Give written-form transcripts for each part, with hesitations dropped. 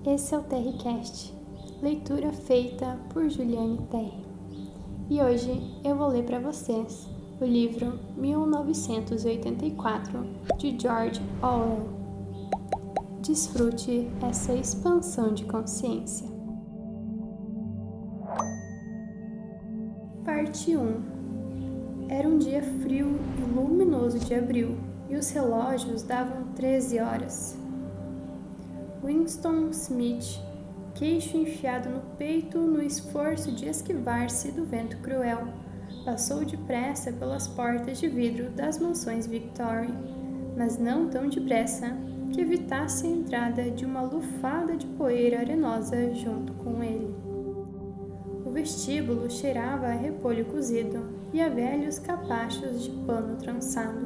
Esse é o TerryCast, leitura feita por Juliane Terry. E hoje eu vou ler para vocês o livro 1984 de George Orwell. Desfrute essa expansão de consciência. Parte 1. Era um dia frio e luminoso de abril e os relógios davam 13 horas. Winston Smith, queixo enfiado no peito no esforço de esquivar-se do vento cruel, passou depressa pelas portas de vidro das mansões Victory, mas não tão depressa que evitasse a entrada de uma lufada de poeira arenosa junto com ele. O vestíbulo cheirava a repolho cozido e a velhos capachos de pano trançado.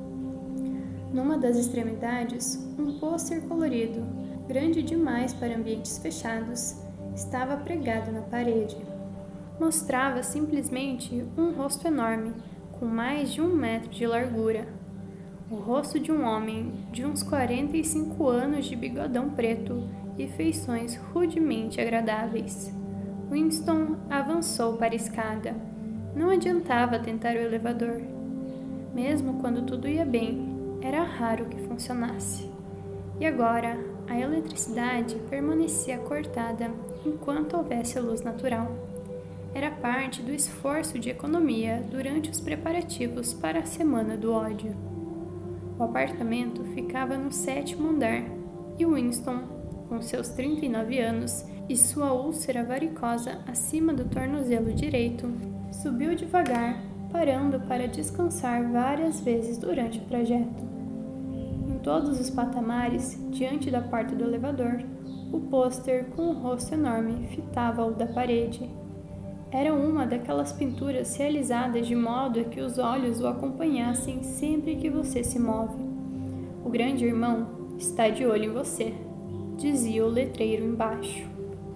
Numa das extremidades, um pôster colorido, grande demais para ambientes fechados, estava pregado na parede. Mostrava simplesmente um rosto enorme, com mais de 1 metro de largura. O rosto de um homem de uns 45 anos de bigodão preto e feições rudemente agradáveis. Winston avançou para a escada. Não adiantava tentar o elevador. Mesmo quando tudo ia bem, era raro que funcionasse. E agora, a eletricidade permanecia cortada enquanto houvesse luz natural. Era parte do esforço de economia durante os preparativos para a Semana do Ódio. O apartamento ficava no 7º andar e Winston, com seus 39 anos e sua úlcera varicosa acima do tornozelo direito, subiu devagar, parando para descansar várias vezes durante o trajeto. Em todos os patamares, diante da porta do elevador, o pôster com o rosto enorme fitava-o da parede. Era uma daquelas pinturas realizadas de modo a que os olhos o acompanhassem sempre que você se move. O grande irmão está de olho em você, dizia o letreiro embaixo.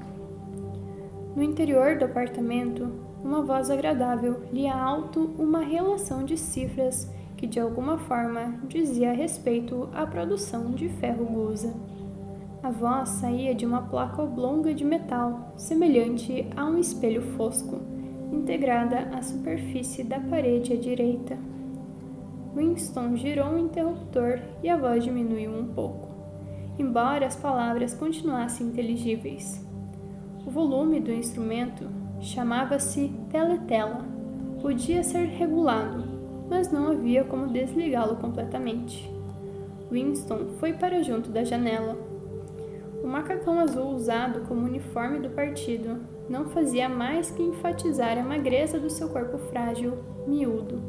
No interior do apartamento, uma voz agradável lia alto uma relação de cifras que de alguma forma dizia a respeito à produção de ferro gusa. A voz saía de uma placa oblonga de metal, semelhante a um espelho fosco, integrada à superfície da parede à direita. Winston girou um interruptor e a voz diminuiu um pouco, embora as palavras continuassem inteligíveis. O volume do instrumento chamava-se teletela. Podia ser regulado, mas não havia como desligá-lo completamente. Winston foi para junto da janela. O macacão azul usado como uniforme do partido não fazia mais que enfatizar a magreza do seu corpo frágil, miúdo.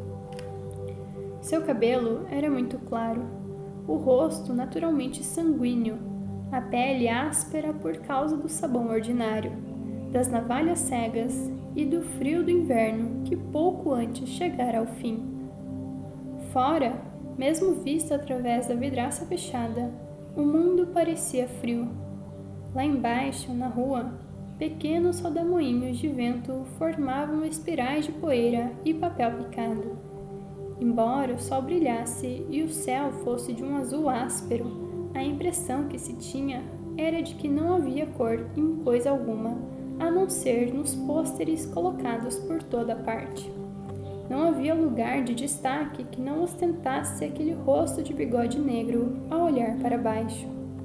Seu cabelo era muito claro, o rosto naturalmente sanguíneo, a pele áspera por causa do sabão ordinário, das navalhas cegas e do frio do inverno que pouco antes chegara ao fim. Fora, mesmo visto através da vidraça fechada, o mundo parecia frio. Lá embaixo, na rua, pequenos rodamoinhos de vento formavam espirais de poeira e papel picado. Embora o sol brilhasse e o céu fosse de um azul áspero, a impressão que se tinha era de que não havia cor em coisa alguma, a não ser nos pôsteres colocados por toda parte. Não havia lugar de destaque que não ostentasse aquele rosto de bigode negro a olhar para baixo.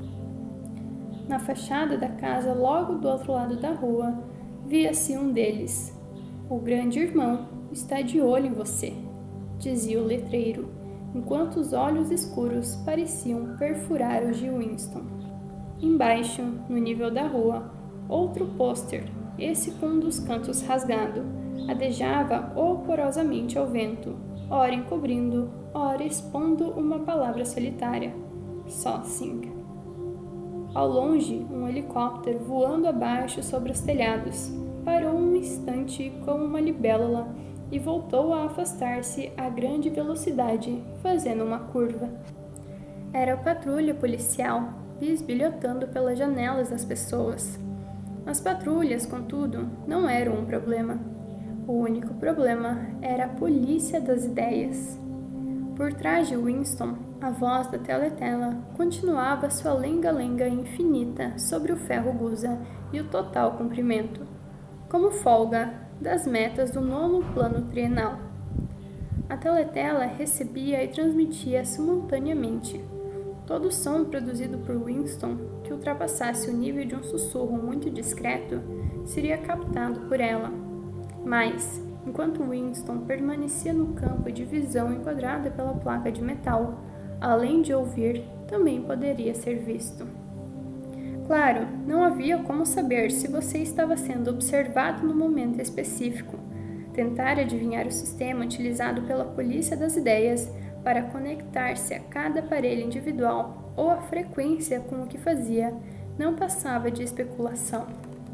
Na fachada da casa logo do outro lado da rua, via-se um deles. O grande irmão está de olho em você, dizia o letreiro, enquanto os olhos escuros pareciam perfurar os de Winston. Embaixo, no nível da rua, outro pôster, esse com um dos cantos rasgado, adejava horrorosamente ao vento, ora encobrindo, ora expondo uma palavra solitária: Sossing. Ao longe, um helicóptero voando abaixo sobre os telhados parou um instante como uma libélula e voltou a afastar-se a grande velocidade, fazendo uma curva. Era a patrulha policial, bisbilhotando pelas janelas das pessoas. As patrulhas, contudo, não eram um problema. O único problema era a polícia das ideias. Por trás de Winston, a voz da Teletela continuava sua lenga-lenga infinita sobre o ferro gusa e o total cumprimento, como folga das metas do 9º plano trienal. A Teletela recebia e transmitia simultaneamente. Todo som produzido por Winston que ultrapassasse o nível de um sussurro muito discreto seria captado por ela. Mas, enquanto Winston permanecia no campo de visão enquadrada pela placa de metal, além de ouvir, também poderia ser visto. Claro, não havia como saber se você estava sendo observado no momento específico. Tentar adivinhar o sistema utilizado pela polícia das ideias para conectar-se a cada aparelho individual ou a frequência com o que fazia não passava de especulação.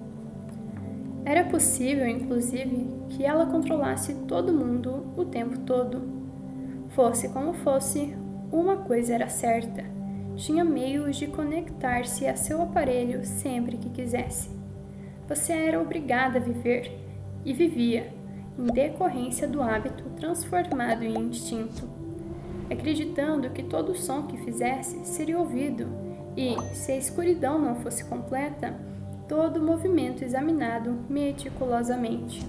Era possível, inclusive, que ela controlasse todo mundo o tempo todo. Fosse como fosse, uma coisa era certa: tinha meios de conectar-se a seu aparelho sempre que quisesse. Você era obrigada a viver, e vivia, em decorrência do hábito transformado em instinto, acreditando que todo som que fizesse seria ouvido e, se a escuridão não fosse completa, todo movimento examinado meticulosamente.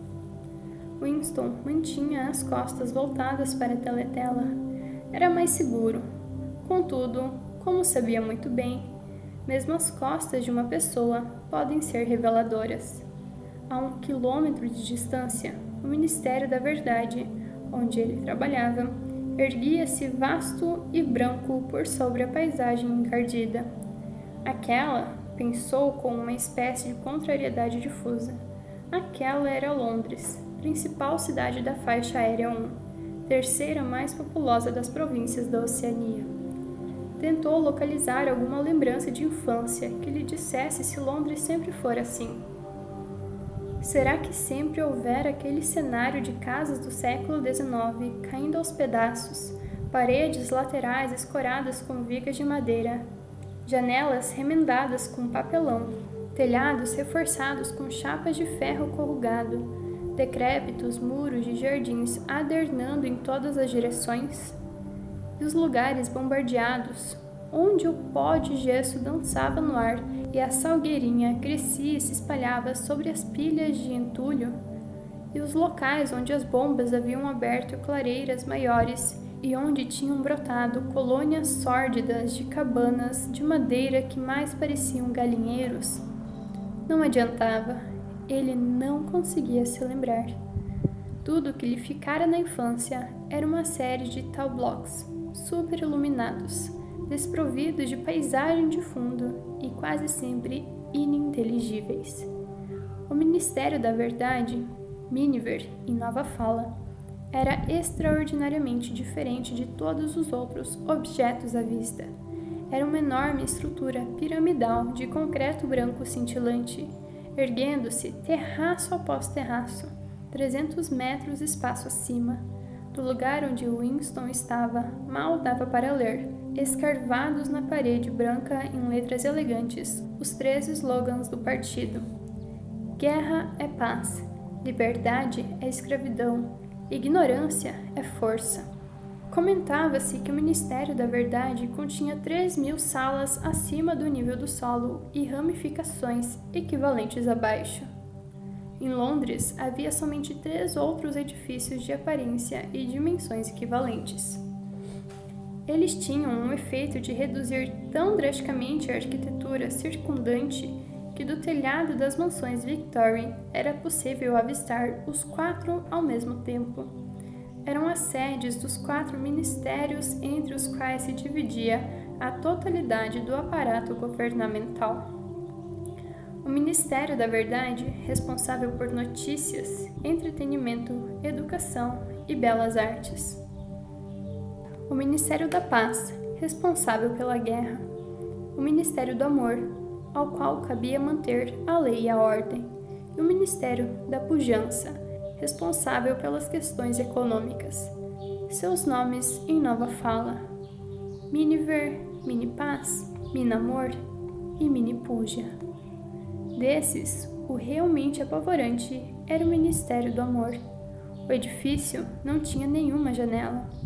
Winston mantinha as costas voltadas para a Teletela. Era mais seguro. Contudo, como sabia muito bem, mesmo as costas de uma pessoa podem ser reveladoras. A 1 quilômetro de distância, o Ministério da Verdade, onde ele trabalhava, erguia-se vasto e branco por sobre a paisagem encardida. Aquela, pensou com uma espécie de contrariedade difusa. Aquela era Londres, principal cidade da faixa aérea 1, terceira mais populosa das províncias da Oceania. Tentou localizar alguma lembrança de infância que lhe dissesse se Londres sempre fora assim. Será que sempre houvera aquele cenário de casas do século XIX caindo aos pedaços, paredes laterais escoradas com vigas de madeira, janelas remendadas com papelão, telhados reforçados com chapas de ferro corrugado, decrépitos muros de jardins adernando em todas as direções? E os lugares bombardeados, onde o pó de gesso dançava no ar e a salgueirinha crescia e se espalhava sobre as pilhas de entulho? E os locais onde as bombas haviam aberto clareiras maiores e onde tinham brotado colônias sórdidas de cabanas de madeira que mais pareciam galinheiros? Não adiantava, ele não conseguia se lembrar. Tudo que lhe ficara na infância era uma série de tall blocks super iluminados, desprovidos de paisagem de fundo e quase sempre ininteligíveis. O Ministério da Verdade, Miniver em Nova Fala, era extraordinariamente diferente de todos os outros objetos à vista. Era uma enorme estrutura piramidal de concreto branco cintilante, erguendo-se terraço após terraço, 300 metros espaço acima. Do lugar onde Winston estava, mal dava para ler, escarvados na parede branca em letras elegantes, os 3 slogans do partido: Guerra é paz, liberdade é escravidão, ignorância é força. Comentava-se que o Ministério da Verdade continha 3.000 salas acima do nível do solo e ramificações equivalentes abaixo. Em Londres, havia somente 3 outros edifícios de aparência e dimensões equivalentes. Eles tinham um efeito de reduzir tão drasticamente a arquitetura circundante que do telhado das mansões Victoria era possível avistar os 4 ao mesmo tempo. Eram as sedes dos 4 ministérios entre os quais se dividia a totalidade do aparato governamental. O Ministério da Verdade, responsável por notícias, entretenimento, educação e belas artes. O Ministério da Paz, responsável pela guerra. O Ministério do Amor, ao qual cabia manter a lei e a ordem. E o Ministério da Pujança, responsável pelas questões econômicas. Seus nomes em Nova Fala: Miniver, Minipaz, Minamor e Minipuja. Desses, o realmente apavorante era o Ministério do Amor. O edifício não tinha nenhuma janela.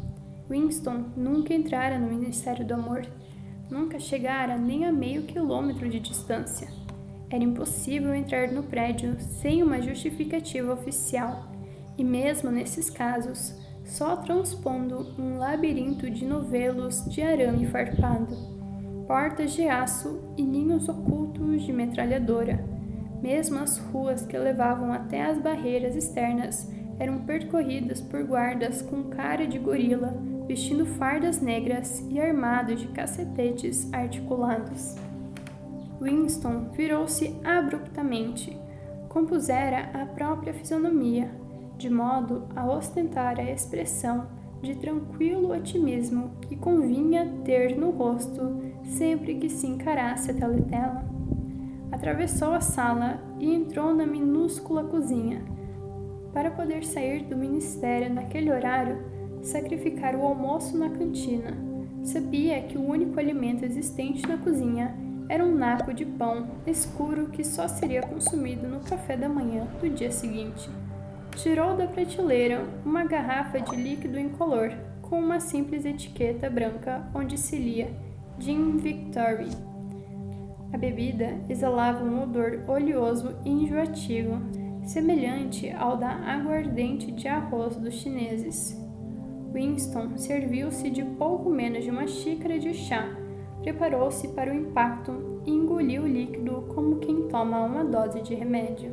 Winston nunca entrara no Ministério do Amor. Nunca chegara nem a meio quilômetro de distância. Era impossível entrar no prédio sem uma justificativa oficial, e mesmo nesses casos, só transpondo um labirinto de novelos de arame farpado, portas de aço e ninhos ocultos de metralhadora. Mesmo as ruas que levavam até as barreiras externas eram percorridas por guardas com cara de gorila, vestindo fardas negras e armados de cacetetes articulados. Winston virou-se abruptamente, compusera a própria fisionomia, de modo a ostentar a expressão de tranquilo otimismo que convinha ter no rosto sempre que se encarasse a teletela. Atravessou a sala e entrou na minúscula cozinha. Para poder sair do ministério naquele horário, sacrificar o almoço na cantina. Sabia que o único alimento existente na cozinha era um naco de pão escuro que só seria consumido no café da manhã do dia seguinte. Tirou da prateleira uma garrafa de líquido incolor com uma simples etiqueta branca onde se lia Gin Victory. A bebida exalava um odor oleoso e enjoativo, semelhante ao da aguardente de arroz dos chineses. Winston serviu-se de pouco menos de uma xícara de chá, preparou-se para o impacto e engoliu o líquido como quem toma uma dose de remédio.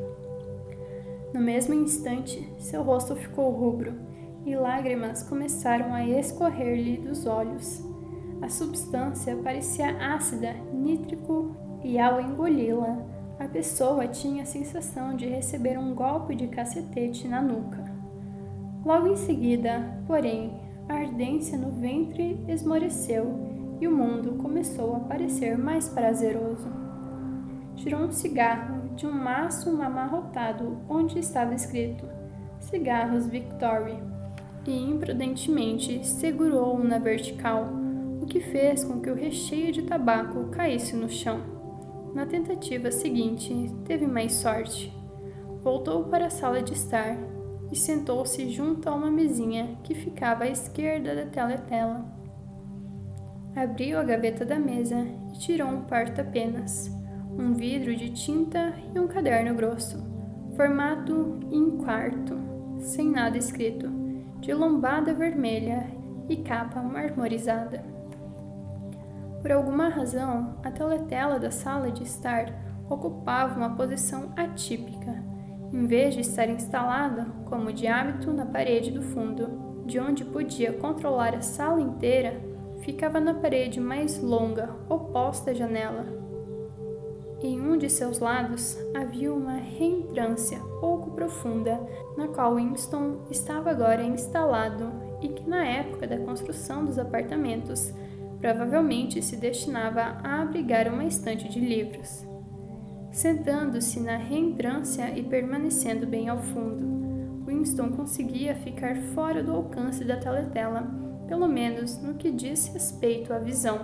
No mesmo instante, seu rosto ficou rubro e lágrimas começaram a escorrer-lhe dos olhos. A substância parecia ácida, nítrico, e ao engoli-la, a pessoa tinha a sensação de receber um golpe de cacetete na nuca. Logo em seguida, porém, a ardência no ventre esmoreceu e o mundo começou a parecer mais prazeroso. Tirou um cigarro de um maço amarrotado onde estava escrito Cigarros Victory e imprudentemente segurou-o na vertical, o que fez com que o recheio de tabaco caísse no chão. Na tentativa seguinte, teve mais sorte. Voltou para a sala de estar e sentou-se junto a uma mesinha que ficava à esquerda da teletela. Abriu a gaveta da mesa e tirou um porta-penas, um vidro de tinta e um caderno grosso, formato em quarto, sem nada escrito, de lombada vermelha e capa marmorizada. Por alguma razão, a teletela da sala de estar ocupava uma posição atípica. Em vez de estar instalada, como de hábito, na parede do fundo, de onde podia controlar a sala inteira, ficava na parede mais longa, oposta à janela. Em um de seus lados havia uma reentrância pouco profunda, na qual Winston estava agora instalado e que, na época da construção dos apartamentos, provavelmente se destinava a abrigar uma estante de livros. Sentando-se na reentrância e permanecendo bem ao fundo, Winston conseguia ficar fora do alcance da teletela, pelo menos no que diz respeito à visão.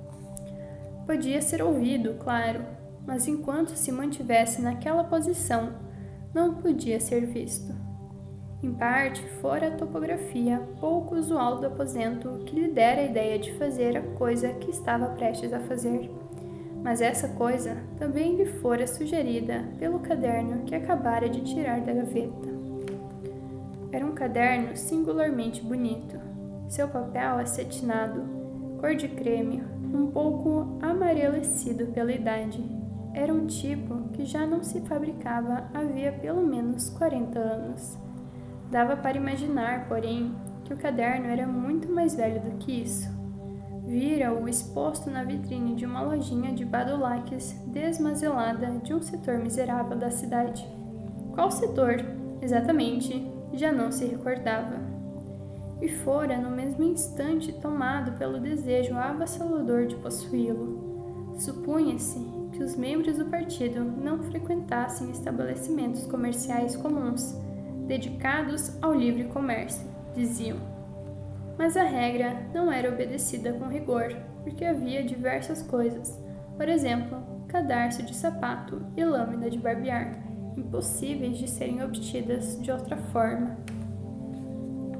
Podia ser ouvido, claro, mas enquanto se mantivesse naquela posição, não podia ser visto. Em parte, fora a topografia pouco usual do aposento que lhe dera a ideia de fazer a coisa que estava prestes a fazer. Mas essa coisa também lhe fora sugerida pelo caderno que acabara de tirar da gaveta. Era um caderno singularmente bonito. Seu papel acetinado, cor de creme, um pouco amarelecido pela idade. Era um tipo que já não se fabricava havia pelo menos 40 anos. Dava para imaginar, porém, que o caderno era muito mais velho do que isso. Vira-o exposto na vitrine de uma lojinha de badulaques desmazelada de um setor miserável da cidade. Qual setor, exatamente, já não se recordava. E fora, no mesmo instante, tomado pelo desejo avassalador de possuí-lo. Supunha-se que os membros do partido não frequentassem estabelecimentos comerciais comuns, dedicados ao livre comércio, diziam. Mas a regra não era obedecida com rigor, porque havia diversas coisas, por exemplo, cadarço de sapato e lâmina de barbear, impossíveis de serem obtidas de outra forma.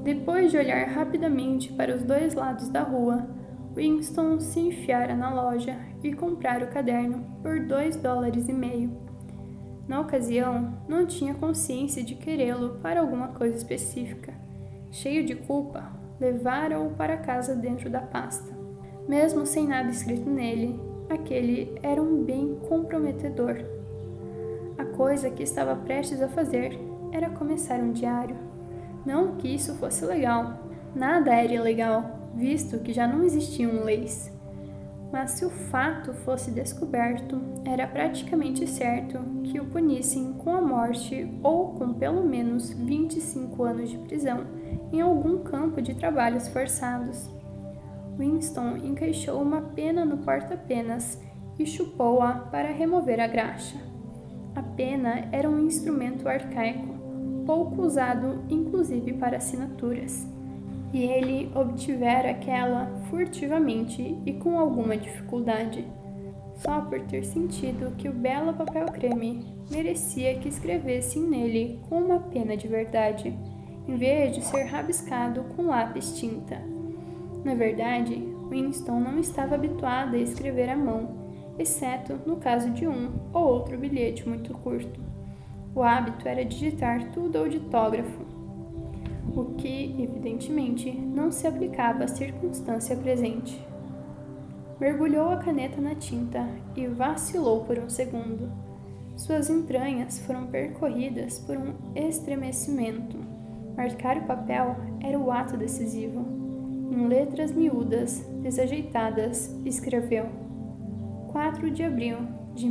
Depois de olhar rapidamente para os dois lados da rua, Winston se enfiara na loja e comprara o caderno por $2,50. Na ocasião, não tinha consciência de querê-lo para alguma coisa específica. Cheio de culpa, levara-o para casa dentro da pasta. Mesmo sem nada escrito nele, aquele era um bem comprometedor. A coisa que estava prestes a fazer era começar um diário. Não que isso fosse legal. Nada era ilegal, visto que já não existiam leis. Mas se o fato fosse descoberto, era praticamente certo que o punissem com a morte ou com pelo menos 25 anos de prisão em algum campo de trabalhos forçados. Winston encaixou uma pena no porta-penas e chupou-a para remover a graxa. A pena era um instrumento arcaico, pouco usado inclusive para assinaturas, e ele obtivera aquela furtivamente e com alguma dificuldade, só por ter sentido que o belo papel creme merecia que escrevessem nele com uma pena de verdade, em vez de ser rabiscado com lápis tinta. Na verdade, Winston não estava habituado a escrever à mão, exceto no caso de um ou outro bilhete muito curto. O hábito era digitar tudo ao ditógrafo, o que, evidentemente, não se aplicava à circunstância presente. Mergulhou a caneta na tinta e vacilou por um segundo. Suas entranhas foram percorridas por um estremecimento. Marcar o papel era o ato decisivo. Em letras miúdas, desajeitadas, escreveu: 4 de abril de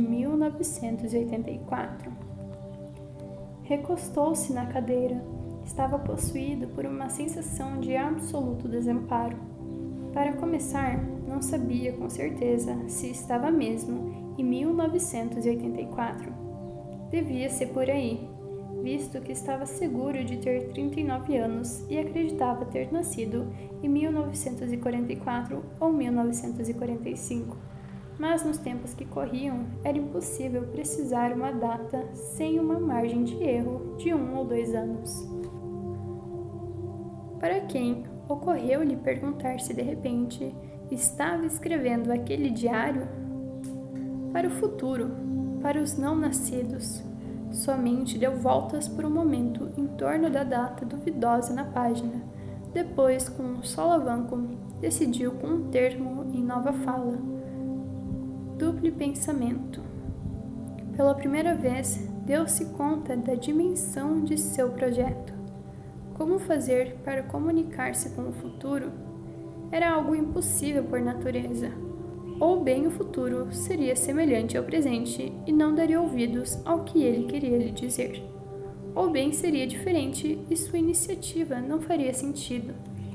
1984. Recostou-se na cadeira. Estava possuído por uma sensação de absoluto desamparo. Para começar, não sabia com certeza se estava mesmo em 1984. Devia ser por aí, visto que estava seguro de ter 39 anos e acreditava ter nascido em 1944 ou 1945. Mas nos tempos que corriam, era impossível precisar uma data sem uma margem de erro de 1 ou 2 anos. Para quem ocorreu-lhe perguntar se de repente estava escrevendo aquele diário? Para o futuro, para os não nascidos. Sua mente deu voltas por um momento em torno da data duvidosa na página. Depois, com um solavanco, decidiu com um termo em nova fala. Duplo pensamento. Pela primeira vez, deu-se conta da dimensão de seu projeto. Como fazer para comunicar-se com o futuro? Era algo impossível por natureza. Ou bem o futuro seria semelhante ao presente e não daria ouvidos ao que ele queria lhe dizer. Ou bem seria diferente e sua iniciativa não faria sentido.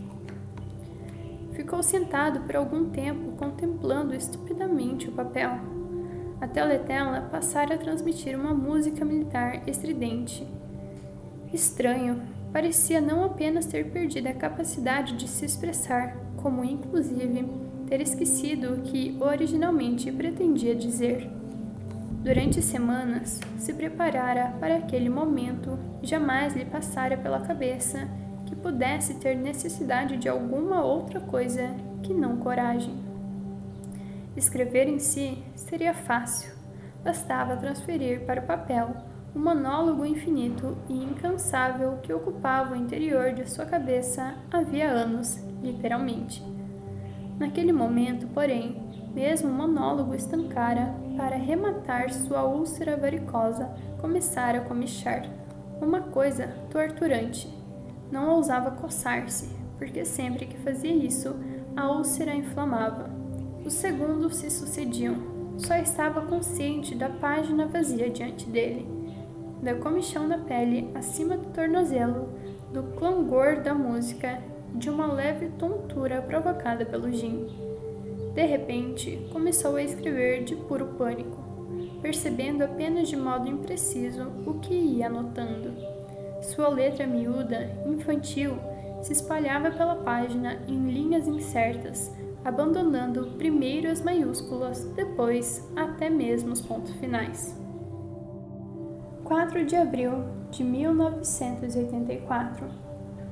Ficou sentado por algum tempo contemplando estupidamente o papel. A teletela passara a transmitir uma música militar estridente. Estranho, parecia não apenas ter perdido a capacidade de se expressar, como inclusive ter esquecido o que originalmente pretendia dizer. Durante semanas, se preparara para aquele momento e jamais lhe passara pela cabeça que pudesse ter necessidade de alguma outra coisa que não coragem. Escrever em si seria fácil, bastava transferir para o papel um monólogo infinito e incansável que ocupava o interior de sua cabeça havia anos, literalmente. Naquele momento, porém, mesmo o monólogo estancara. Para rematar, sua úlcera varicosa começara a comichar. Uma coisa torturante. Não ousava coçar-se, porque sempre que fazia isso, a úlcera inflamava. Os segundos se sucediam. Só estava consciente da página vazia diante dele, da comichão na pele acima do tornozelo, do clangor da música, de uma leve tontura provocada pelo gin. De repente, começou a escrever de puro pânico, percebendo apenas de modo impreciso o que ia anotando. Sua letra miúda, infantil, se espalhava pela página em linhas incertas, abandonando primeiro as maiúsculas, depois até mesmo os pontos finais. 4 de abril de 1984.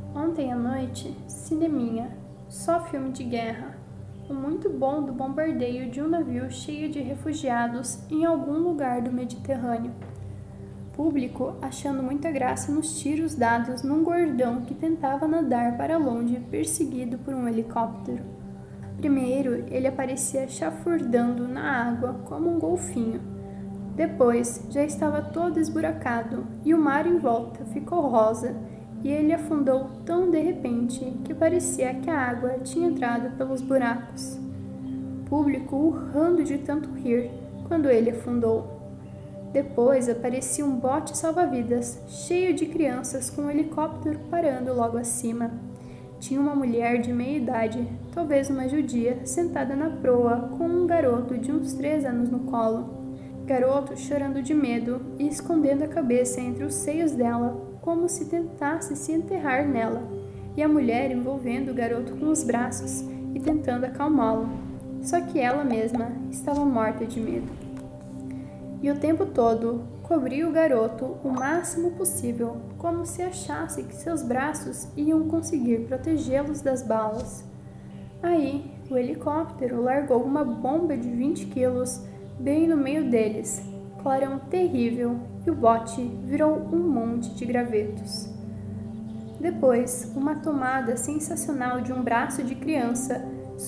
Ontem à noite, cineminha, só filme de guerra. O muito bom do bombardeio de um navio cheio de refugiados em algum lugar do Mediterrâneo. Público achando muita graça nos tiros dados num gordão que tentava nadar para longe perseguido por um helicóptero. Primeiro, ele aparecia chafurdando na água como um golfinho. Depois, já estava todo esburacado e o mar em volta ficou rosa e ele afundou tão de repente que parecia que a água tinha entrado pelos buracos. Público urrando de tanto rir quando ele afundou. Depois aparecia um bote salva-vidas cheio de crianças com um helicóptero parando logo acima. Tinha uma mulher de meia idade, talvez uma judia, sentada na proa com um garoto de uns 3 anos no colo. Garoto chorando de medo e escondendo a cabeça entre os seios dela, como se tentasse se enterrar nela, e a mulher envolvendo o garoto com os braços e tentando acalmá-lo. Só que ela mesma estava morta de medo. E o tempo todo cobria o garoto o máximo possível, como se achasse que seus braços iam conseguir protegê-los das balas. Aí, o helicóptero largou uma bomba de 20 quilos bem no meio deles, clarão terrível, e o bote virou um monte de gravetos. Depois, uma tomada sensacional de um braço de criança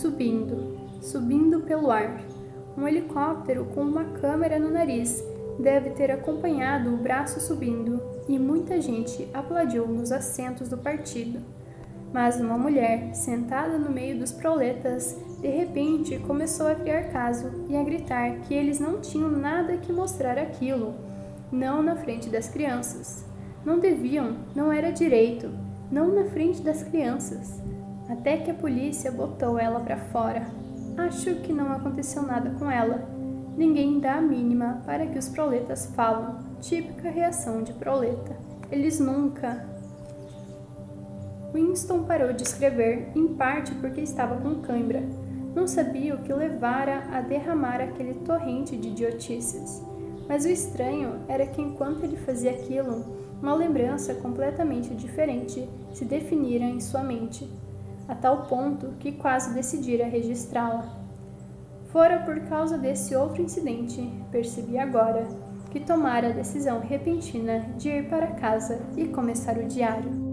subindo pelo ar. Um helicóptero com uma câmera no nariz deve ter acompanhado o braço subindo e muita gente aplaudiu nos assentos do partido. Mas uma mulher, sentada no meio dos proletas, de repente começou a criar caso e a gritar que eles não tinham nada que mostrar aquilo, não na frente das crianças. Não deviam, não era direito, não na frente das crianças. Até que a polícia botou ela para fora. Acho que não aconteceu nada com ela. Ninguém dá a mínima para que os proletas falam. Típica reação de proleta. Eles nunca... Winston parou de escrever, em parte porque estava com cãibra. Não sabia o que levara a derramar aquele torrente de idiotices. Mas o estranho era que enquanto ele fazia aquilo, uma lembrança completamente diferente se definira em sua mente, a tal ponto que quase decidira registrá-la. Fora por causa desse outro incidente, percebi agora, que tomara a decisão repentina de ir para casa e começar o diário.